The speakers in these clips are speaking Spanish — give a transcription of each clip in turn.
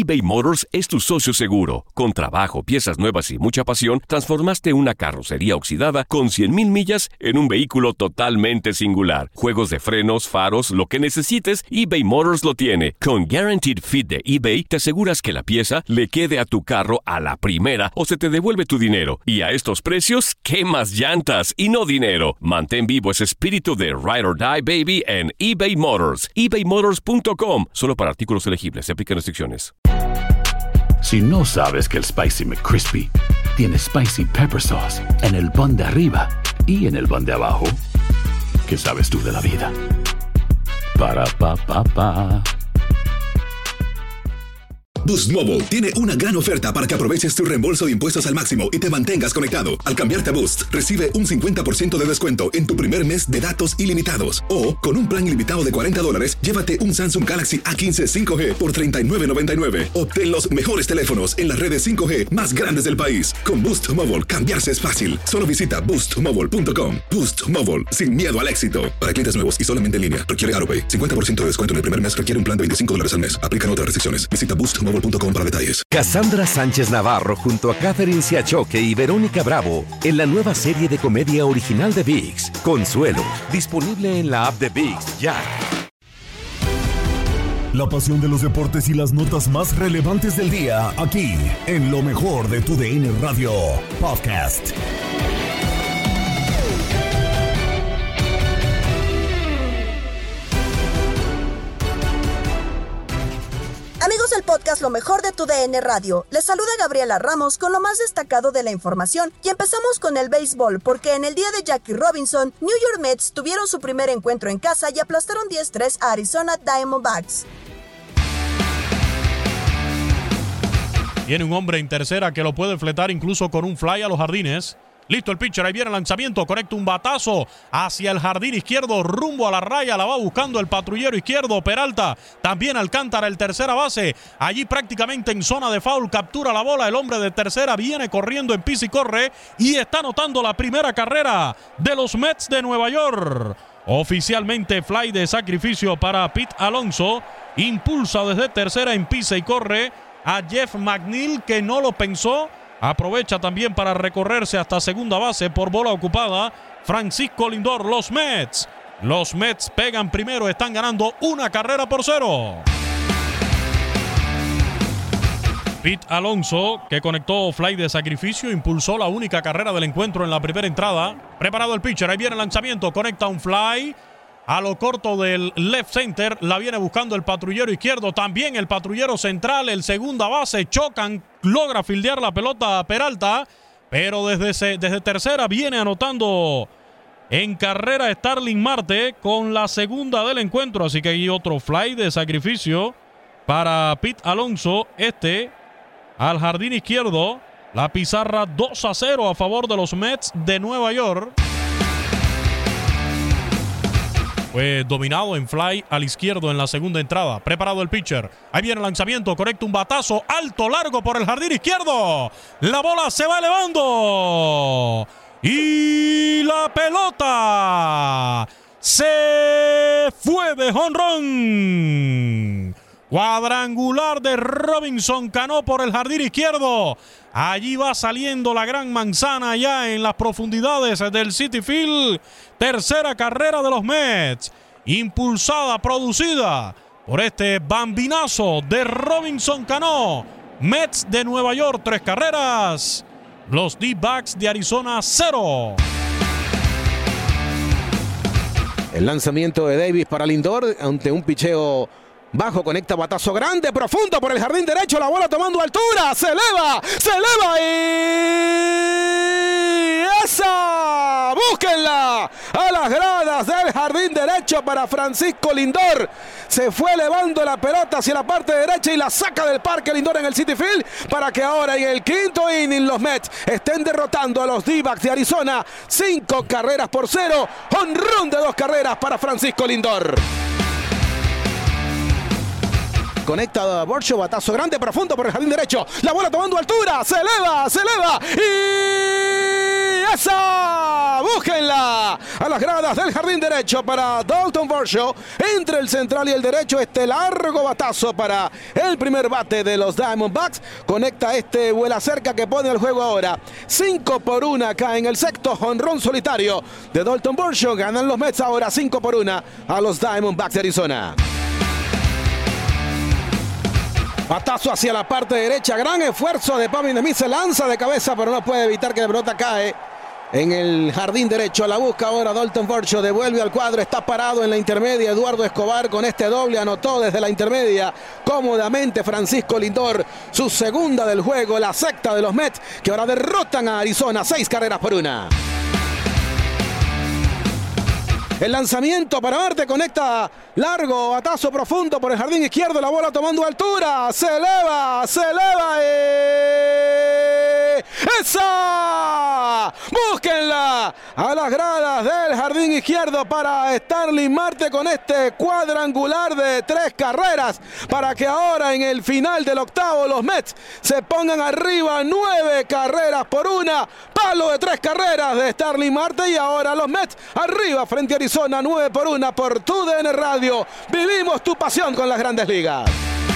eBay Motors es tu socio seguro. Con trabajo, piezas nuevas y mucha pasión, transformaste una carrocería oxidada con 100,000 millas en un vehículo totalmente singular. Juegos de frenos, faros, lo que necesites, eBay Motors lo tiene. Con Guaranteed Fit de eBay, te aseguras que la pieza le quede a tu carro a la primera o se te devuelve tu dinero. Y a estos precios, ¿qué más llantas y no dinero? Mantén vivo ese espíritu de Ride or Die, baby, en eBay Motors. ebaymotors.com. Solo para artículos elegibles. Se aplican restricciones. Si no sabes que el Spicy McCrispy tiene Spicy Pepper Sauce en el pan de arriba y en el pan de abajo, ¿qué sabes tú de la vida? Para, pa, pa, pa. Boost Mobile tiene una gran oferta para que aproveches tu reembolso de impuestos al máximo y te mantengas conectado. Al cambiarte a Boost, recibe un 50% de descuento en tu primer mes de datos ilimitados. O, con un plan ilimitado de $40, llévate un Samsung Galaxy A15 5G por $39.99. Obtén los mejores teléfonos en las redes 5G más grandes del país. Con Boost Mobile, cambiarse es fácil. Solo visita boostmobile.com. Boost Mobile, sin miedo al éxito. Para clientes nuevos y solamente en línea, requiere AutoPay. 50% de descuento en el primer mes requiere un plan de $25 al mes. Aplican otras restricciones. Visita boostmobile.com para detalles. Cassandra Sánchez Navarro junto a Catherine Siachoque y Verónica Bravo en la nueva serie de comedia original de ViX, Consuelo, disponible en la app de ViX ya. La pasión de los deportes y las notas más relevantes del día, aquí, en lo mejor de tu DN Radio Podcast. Amigos del podcast Lo Mejor de tu DN Radio, les saluda Gabriela Ramos con lo más destacado de la información y empezamos con el béisbol porque en el día de Jackie Robinson, New York Mets tuvieron su primer encuentro en casa y aplastaron 10-3 a Arizona Diamondbacks. Tiene un hombre en tercera que lo puede fletar incluso con un fly a los jardines. Listo el pitcher, ahí viene el lanzamiento, conecta un batazo hacia el jardín izquierdo, rumbo a la raya, la va buscando el patrullero izquierdo, Peralta, también Alcántara, el tercera base, allí prácticamente en zona de foul, captura la bola, el hombre de tercera viene corriendo en pisa y corre, y está anotando la primera carrera de los Mets de Nueva York. Oficialmente fly de sacrificio para Pete Alonso, impulsa desde tercera en pisa y corre a Jeff McNeil, que no lo pensó. Aprovecha también para recorrerse hasta segunda base por bola ocupada. Francisco Lindor, los Mets. Los Mets pegan primero, están ganando 1-0. Pete Alonso, que conectó fly de sacrificio, impulsó la única carrera del encuentro en la primera entrada. Preparado el pitcher, ahí viene el lanzamiento, conecta un fly a lo corto del left center, la viene buscando el patrullero izquierdo, también el patrullero central, el segunda base, chocan, logra fildear la pelota a Peralta, pero desde tercera viene anotando en carrera Starling Marte con la segunda del encuentro, así que hay otro fly de sacrificio para Pete Alonso, al jardín izquierdo, la pizarra 2-0 a favor de los Mets de Nueva York. Fue dominado en fly al izquierdo en la segunda entrada. Preparado el pitcher. Ahí viene el lanzamiento. Conecta un batazo alto, largo por el jardín izquierdo. La bola se va elevando. Y la pelota se fue de jonrón. Cuadrangular de Robinson Cano por el jardín izquierdo. Allí va saliendo la gran manzana ya en las profundidades del Citi Field. Tercera carrera de los Mets. Impulsada, producida por este bambinazo de Robinson Cano. Mets de Nueva York, 3 carreras. Los D-backs de Arizona, 0. El lanzamiento de Davis para Lindor ante un picheo bajo, conecta batazo grande, profundo por el jardín derecho, la bola tomando altura, se eleva y esa, búsquenla a las gradas del jardín derecho para Francisco Lindor. Se fue elevando la pelota hacia la parte derecha y la saca del parque Lindor en el Citi Field para que ahora en el quinto inning los Mets estén derrotando a los D-backs de Arizona 5-0, jonrón de 2 carreras para Francisco Lindor. Conecta a Borcho, batazo grande, profundo por el jardín derecho. La bola tomando altura, se eleva y esa! ¡Búsquenla! A las gradas del jardín derecho para Dalton Varsho. Entre el central y el derecho, este largo batazo para el primer bate de los Diamondbacks. Conecta este vuela cerca que pone el juego ahora 5-1 acá en el sexto jonrón solitario de Dalton Varsho. Ganan los Mets ahora 5-1 a los Diamondbacks de Arizona. Batazo hacia la parte derecha, gran esfuerzo de Pavin Smith, se lanza de cabeza, pero no puede evitar que la pelota cae en el jardín derecho. La busca ahora Dalton Varsho, devuelve al cuadro, está parado en la intermedia. Eduardo Escobar con este doble anotó desde la intermedia cómodamente. Francisco Lindor, su segunda del juego, la sexta de los Mets, que ahora derrotan a Arizona 6-1. El lanzamiento para Marte, conecta largo, batazo profundo por el jardín izquierdo, la bola tomando altura, se eleva, ¡esa! ¡Búsquenla! A las gradas del jardín izquierdo para Starling Marte con este cuadrangular de 3 carreras para que ahora en el final del octavo los Mets se pongan arriba 9-1. Palo de 3 carreras de Starling Marte y ahora los Mets arriba frente a Arizona 9-1 por TUDN Radio. Vivimos tu pasión con las Grandes Ligas.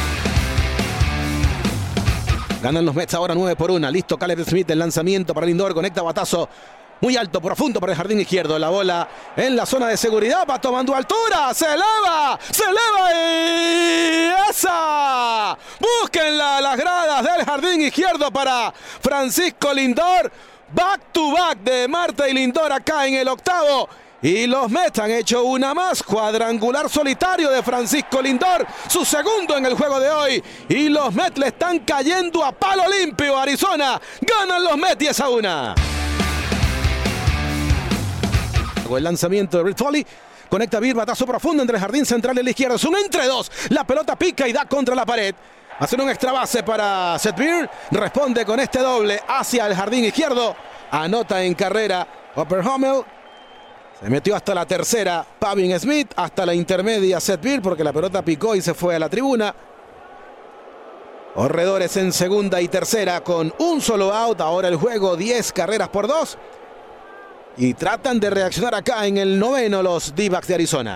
Ganan los Mets ahora 9-1. Listo Caleb Smith, el lanzamiento para Lindor. Conecta batazo muy alto, profundo por el jardín izquierdo. La bola en la zona de seguridad. Va tomando altura. Se eleva y esa. Búsquenla a las gradas del jardín izquierdo para Francisco Lindor. Back to back de Marte y Lindor acá en el octavo. Y los Mets han hecho una más, cuadrangular solitario de Francisco Lindor, su segundo en el juego de hoy. Y los Mets le están cayendo a palo limpio a Arizona. Ganan los Mets 10-1. El lanzamiento de Reed Foley. Conecta Beer, batazo profundo entre el jardín central y la izquierda. Es un entre dos. La pelota pica y da contra la pared. Hacer un extra base para Seth Beer. Responde con este doble hacia el jardín izquierdo. Anota en carrera Hopper Hummel. Se metió hasta la tercera Pavin Smith, hasta la intermedia Seth Beer porque la pelota picó y se fue a la tribuna. Corredores en segunda y tercera con un solo out. Ahora el juego 10-2. Y tratan de reaccionar acá en el noveno los D-backs de Arizona.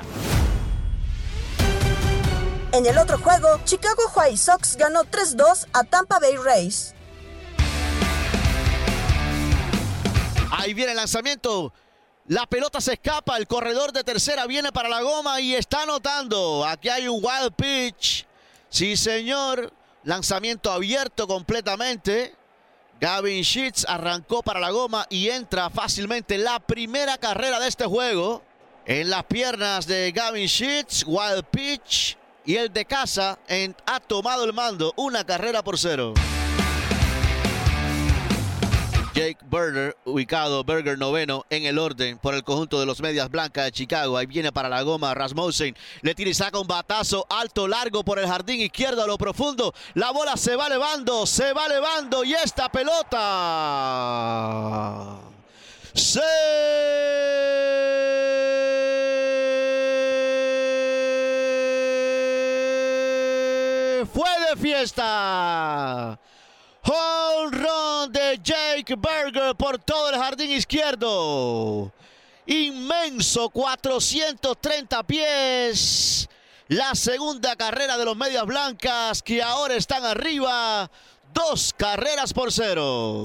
En el otro juego, Chicago White Sox ganó 3-2 a Tampa Bay Rays. Ahí viene el lanzamiento. La pelota se escapa, el corredor de tercera viene para la goma y está anotando. Aquí hay un wild pitch. Sí, señor. Lanzamiento abierto completamente. Gavin Sheets arrancó para la goma y entra fácilmente la primera carrera de este juego. En las piernas de Gavin Sheets, wild pitch. Y el de casa ha tomado el mando, 1-0. Jake Burger, ubicado Burger noveno en el orden por el conjunto de los Medias Blancas de Chicago. Ahí viene para la goma Rasmussen. Le tira y saca un batazo alto, largo por el jardín izquierdo a lo profundo. La bola se va elevando y esta pelota se fue de fiesta. Home run de Jake Burger por todo el jardín izquierdo. Inmenso, 430 pies. La segunda carrera de los Medias Blancas que ahora están arriba 2-0.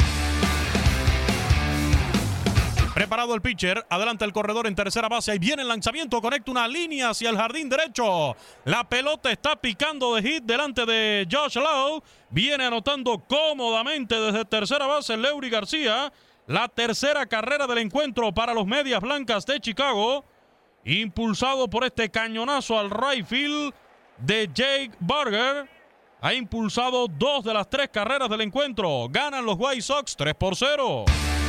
Preparado el pitcher, adelanta el corredor en tercera base, ahí viene el lanzamiento, conecta una línea hacia el jardín derecho. La pelota está picando de hit delante de Josh Lowe. Viene anotando cómodamente desde tercera base Leury García. La tercera carrera del encuentro para los Medias Blancas de Chicago. Impulsado por este cañonazo al right field de Jake Burger. Ha impulsado 2 de las 3 carreras del encuentro. Ganan los White Sox 3-0.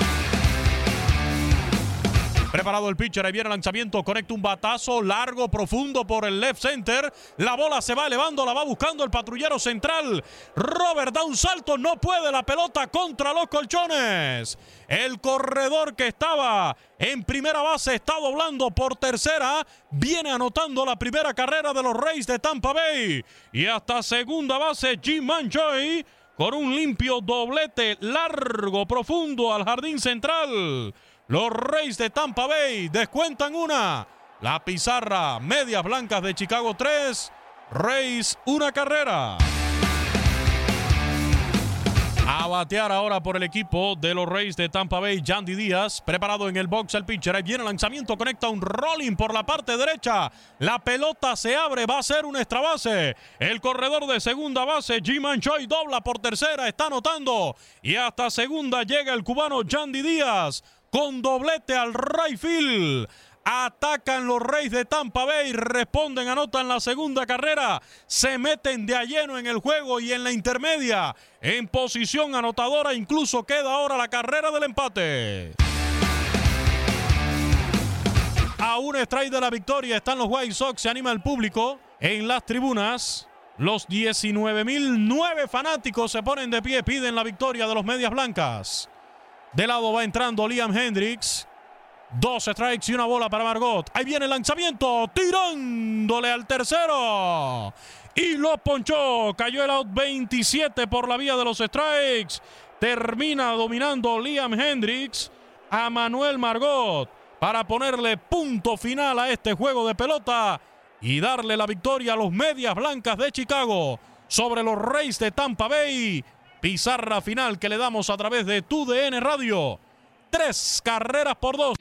Preparado el pitcher, ahí viene el lanzamiento, conecta un batazo largo, profundo por el left center. La bola se va elevando, la va buscando el patrullero central. Robert da un salto, no puede, la pelota contra los colchones. El corredor que estaba en primera base está doblando por tercera. Viene anotando la primera carrera de los Rays de Tampa Bay. Y hasta segunda base, Jim Manjoy con un limpio doblete largo, profundo al jardín central. Los Rays de Tampa Bay descuentan una. La pizarra, Medias Blancas de Chicago 3, Rays 1 carrera. A batear ahora por el equipo de los Rays de Tampa Bay, Yandy Díaz, preparado en el box el pitcher. Ahí viene el lanzamiento, conecta un rolling por la parte derecha. La pelota se abre, va a ser un extra base. El corredor de segunda base, Ji-Man Choi, dobla por tercera, está anotando. Y hasta segunda llega el cubano Yandy Díaz con doblete al right field. Atacan los Rays de Tampa Bay, responden, anotan la segunda carrera, se meten de a lleno en el juego y en la intermedia, en posición anotadora, incluso queda ahora la carrera del empate. A un strike de la victoria están los White Sox, se anima el público en las tribunas. Los 19.009 fanáticos se ponen de pie, piden la victoria de los Medias Blancas. De lado va entrando Liam Hendricks. 2 strikes y una bola para Margot. Ahí viene el lanzamiento, tirándole al tercero. Y lo ponchó. Cayó el out 27 por la vía de los strikes. Termina dominando Liam Hendricks a Manuel Margot para ponerle punto final a este juego de pelota y darle la victoria a los Medias Blancas de Chicago sobre los Rays de Tampa Bay. Pizarra final que le damos a través de TUDN Radio. 3 carreras por 2.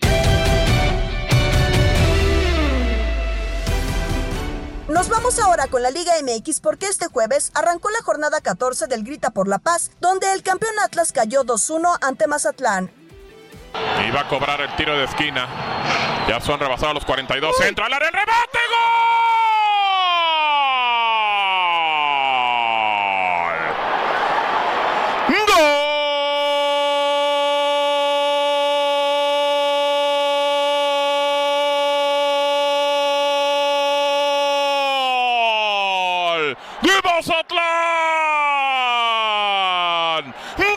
Nos vamos ahora con la Liga MX porque este jueves arrancó la jornada 14 del Grita por la Paz, donde el campeón Atlas cayó 2-1 ante Mazatlán. Y va a cobrar el tiro de esquina. Ya son rebasados los 42. Entra al área, el remate, ¡gol! ¡De Mazatlán!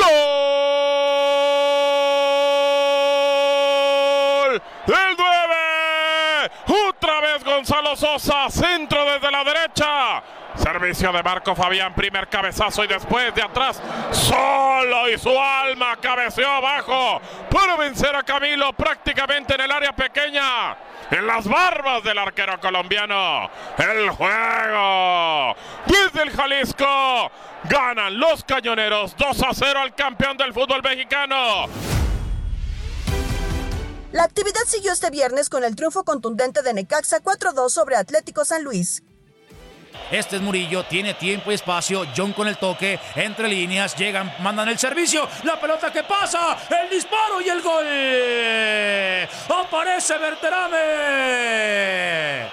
¡Gol! ¡Del 9! ¡Otra vez Gonzalo Sosa! Centro desde la derecha. Servicio de Marco Fabián, primer cabezazo y después de atrás, solo y su alma cabeceó abajo para vencer a Camilo prácticamente en el área pequeña, en las barbas del arquero colombiano. El juego desde el Jalisco, ganan los Cañoneros 2-0 al campeón del fútbol mexicano. La actividad siguió este viernes con el triunfo contundente de Necaxa 4-2 sobre Atlético San Luis. Este es Murillo, tiene tiempo y espacio. John con el toque, entre líneas, llegan, mandan el servicio. La pelota que pasa, el disparo y el gol. Aparece Berterame.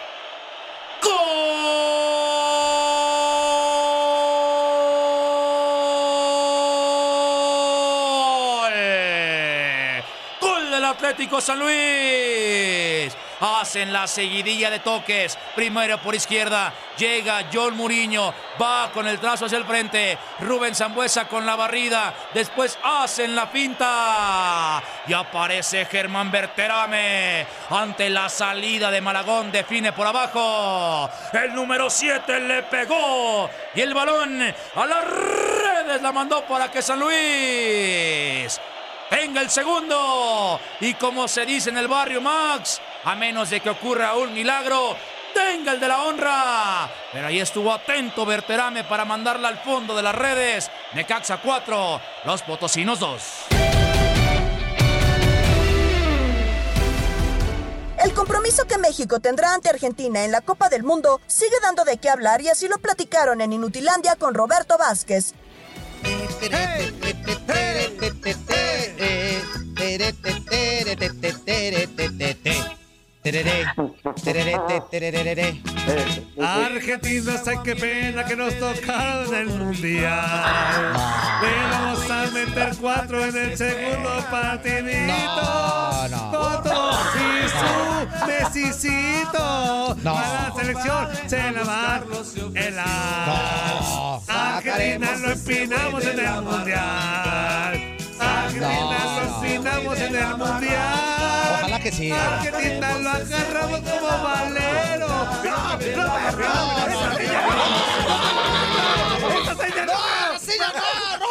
¡Gol! ¡Gol del Atlético San Luis! Hacen la seguidilla de toques. Primero por izquierda. Llega John Murillo. Va con el trazo hacia el frente. Rubén Sambueza con la barrida. Después hacen la finta. Y aparece Germán Berterame. Ante la salida de Malagón. Define por abajo. El número 7 le pegó. Y el balón a las redes la mandó para que San Luis tenga el segundo. Y como se dice en el barrio, Max, a menos de que ocurra un milagro, tenga el de la honra. Pero ahí estuvo atento Berterame para mandarla al fondo de las redes. Necaxa 4, los potosinos 2. El compromiso que México tendrá ante Argentina en la Copa del Mundo sigue dando de qué hablar y así lo platicaron en Inutilandia con Roberto Vázquez. Argentinos, ay qué pena que nos tocaron el mundial. Le vamos a meter 4 en el segundo partidito. Con todos y su Messicito. Para la selección se la va a helar. Argentina lo empinamos en el mundial. Argentina lo empinamos en el mundial. Ojalá que sí. Argentina lo agarramos como valero. ¡No!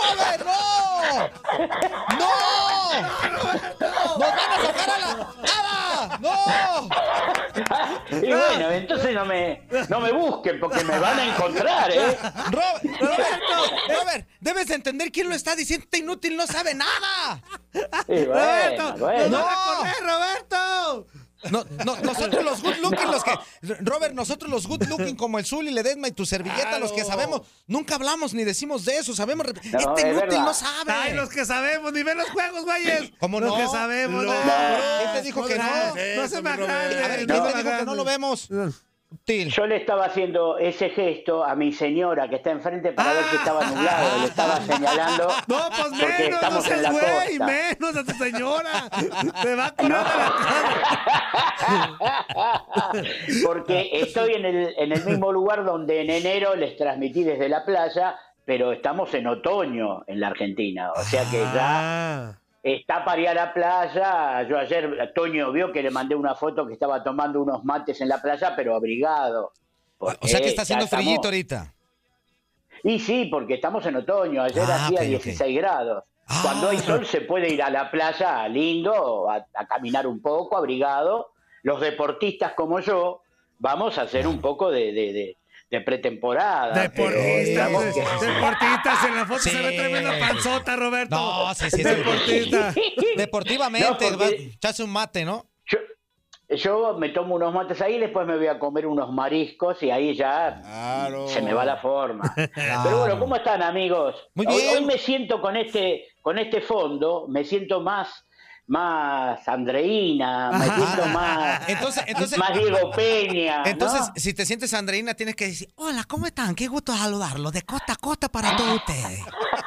¡No! ¡Nos van a sacar a la nada! ¡No! Y bueno, entonces no me busquen porque me van a encontrar, ¿eh? Robert, debes de entender quién lo está diciendo. Este inútil no sabe nada. Y bueno, ¡Nos van a correr, Roberto! No, nosotros los good looking, nosotros los good looking como el Zuli, Ledesma y tu servilleta, los que sabemos, nunca hablamos ni decimos de eso, sabemos. Este inútil no sabe. Ay, los que sabemos, ni ven los juegos, güeyes. ¿Cómo no? Los que sabemos. ¿Quién te dijo que no? No se me agrade. A ver, ¿quién te dijo que no lo vemos? Yo le estaba haciendo ese gesto a mi señora que está enfrente para ver si estaba nublado. Le estaba señalando. No, pues porque menos, estamos no en seas la güey, costa. menos a tu señora. Te va a correr a la cara. Porque estoy en el mismo lugar donde en enero les transmití desde la playa, pero estamos en otoño en la Argentina. O sea que ya está para ir a la playa. Yo ayer, Toño vio que le mandé una foto que estaba tomando unos mates en la playa, pero abrigado. O sea que está haciendo frillito ahorita. Y sí, porque estamos en otoño. Ayer hacía 16 grados. Cuando hay sol se puede ir a la playa lindo, a caminar un poco, abrigado. Los deportistas como yo vamos a hacer un poco de pretemporada. Deportistas en la foto se ve tremenda panzota, Roberto. No, sí. Deportista. Deportivamente, va a echarse un mate, ¿no? Yo me tomo unos mates ahí, después me voy a comer unos mariscos y ahí ya se me va la forma. Pero bueno, ¿cómo están, amigos? Muy bien. Hoy me siento con este fondo, me siento más Andreina, me siento más Diego Peña. Entonces, ¿no? si te sientes Andreina, tienes que decir, hola, ¿cómo están? Qué gusto saludarlos, de costa a costa para todos ustedes.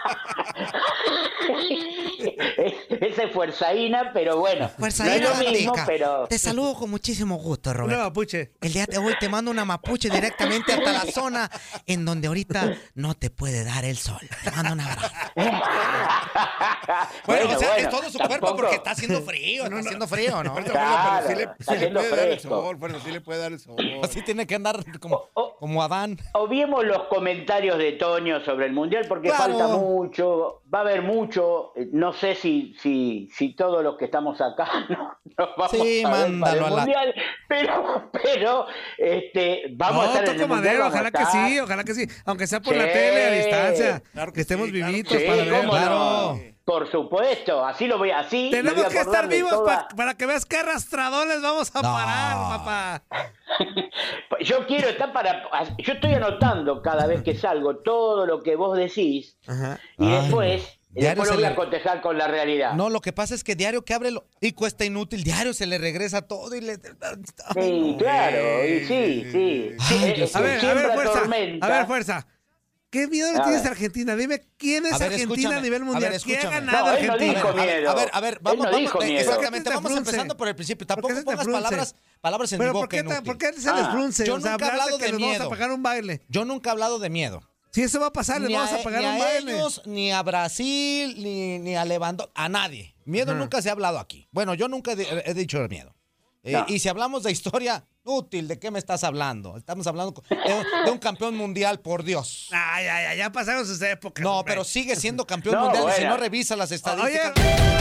Esa es fuerzaína, pero bueno. Fuerzaína, no es lo mismo, pero... Te saludo con muchísimo gusto, Roberto. Una mapuche. El día de hoy te mando una mapuche directamente hasta la zona en donde ahorita no te puede dar el sol. Te mando un abrazo. Bueno, o sea, es todo su cuerpo porque está haciendo frío, ¿no? Está haciendo frío, ¿no? Claro, está haciendo fresco. Sí le puede dar el sol. Así tiene que andar como Adán. Obviemos los comentarios de Toño sobre el Mundial porque falta mucho, va a haber mucho. No sé si todos los que estamos acá nos vamos a ver para el Mundial, pero vamos a estar en el Mundial. Ojalá que sí, aunque sea por la tele a distancia, claro que estemos vivitos para ver. Claro. Por supuesto, así lo voy a hacer. Tenemos que estar vivos para que veas qué arrastradores vamos a parar, papá. Yo quiero estar yo estoy anotando cada vez que salgo todo lo que vos decís y después lo voy a cotejar con la realidad. No, lo que pasa es que diario que abre y cuesta inútil, diario se le regresa todo y le... Sí, claro, y sí. A ver, fuerza. ¿Qué miedo le tienes a Argentina? Dime, ¿quién es Argentina a nivel mundial? ¿Quién ha ganado Argentina? Él no dijo miedo. A ver, vamos empezando por el principio. Tampoco pongas palabras en mi boca. ¿Por qué se les frunce? Yo nunca he hablado de miedo. Vamos a pagar un baile. Yo nunca he hablado de miedo. Si eso va a pasar, les vamos a pagar un baile. Ni a ellos, ni a Brasil, ni a Lewandowski, a nadie. Miedo nunca se ha hablado aquí. Bueno, yo nunca he dicho de miedo. Y si hablamos de historia, útil, ¿de qué me estás hablando? Estamos hablando de un campeón mundial, por Dios. Ya pasaron sus épocas. No, pero sigue siendo campeón mundial y si no revisa las estadísticas.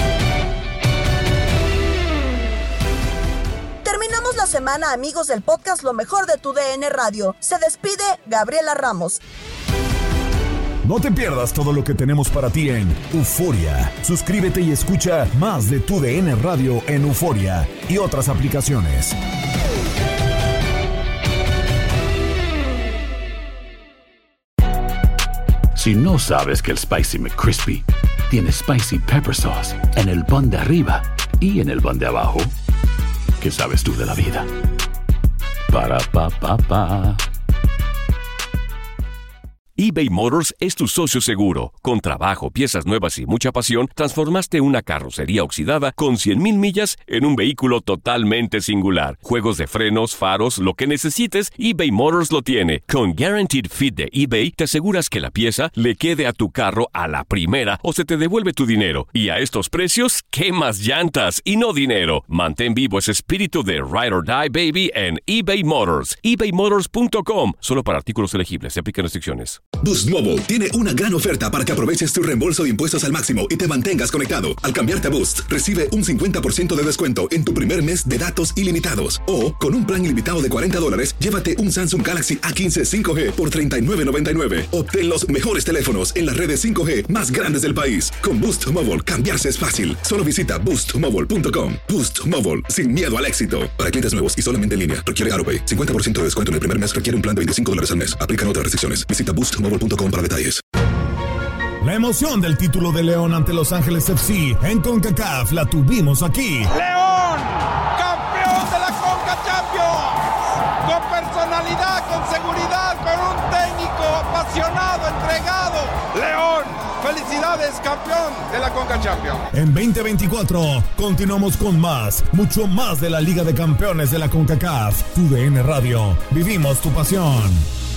Terminamos la semana, amigos del podcast Lo Mejor de Tu DN Radio. Se despide Gabriela Ramos. No te pierdas todo lo que tenemos para ti en Euforia. Suscríbete y escucha más de Tu DN Radio en Euforia y otras aplicaciones. Si no sabes que el Spicy McCrispy tiene Spicy Pepper Sauce en el pan de arriba y en el pan de abajo, ¿qué sabes tú de la vida? Para, pa, pa, pa. eBay Motors es tu socio seguro. Con trabajo, piezas nuevas y mucha pasión, transformaste una carrocería oxidada con 100,000 millas en un vehículo totalmente singular. Juegos de frenos, faros, lo que necesites, eBay Motors lo tiene. Con Guaranteed Fit de eBay, te aseguras que la pieza le quede a tu carro a la primera o se te devuelve tu dinero. Y a estos precios, ¿quemas llantas y no dinero? Mantén vivo ese espíritu de Ride or Die, baby, en eBay Motors. ebaymotors.com. Solo para artículos elegibles. Se aplican restricciones. Boost Mobile tiene una gran oferta para que aproveches tu reembolso de impuestos al máximo y te mantengas conectado. Al cambiarte a Boost, recibe un 50% de descuento en tu primer mes de datos ilimitados. O, con un plan ilimitado de $40, llévate un Samsung Galaxy A15 5G por $39.99. Obtén los mejores teléfonos en las redes 5G más grandes del país. Con Boost Mobile, cambiarse es fácil. Solo visita boostmobile.com. Boost Mobile, sin miedo al éxito. Para clientes nuevos y solamente en línea, requiere AutoPay. 50% de descuento en el primer mes requiere un plan de $25 al mes. Aplican otras restricciones. Visita boostmobile.com para detalles. La emoción del título de León ante Los Ángeles FC en CONCACAF la tuvimos aquí. León, campeón de la Conca Champions. Con personalidad, con seguridad, con un técnico apasionado, entregado. León, felicidades, campeón de la Conca Champions. En 2024 continuamos con más, mucho más de la Liga de Campeones de la CONCACAF. TUDN Radio, vivimos tu pasión.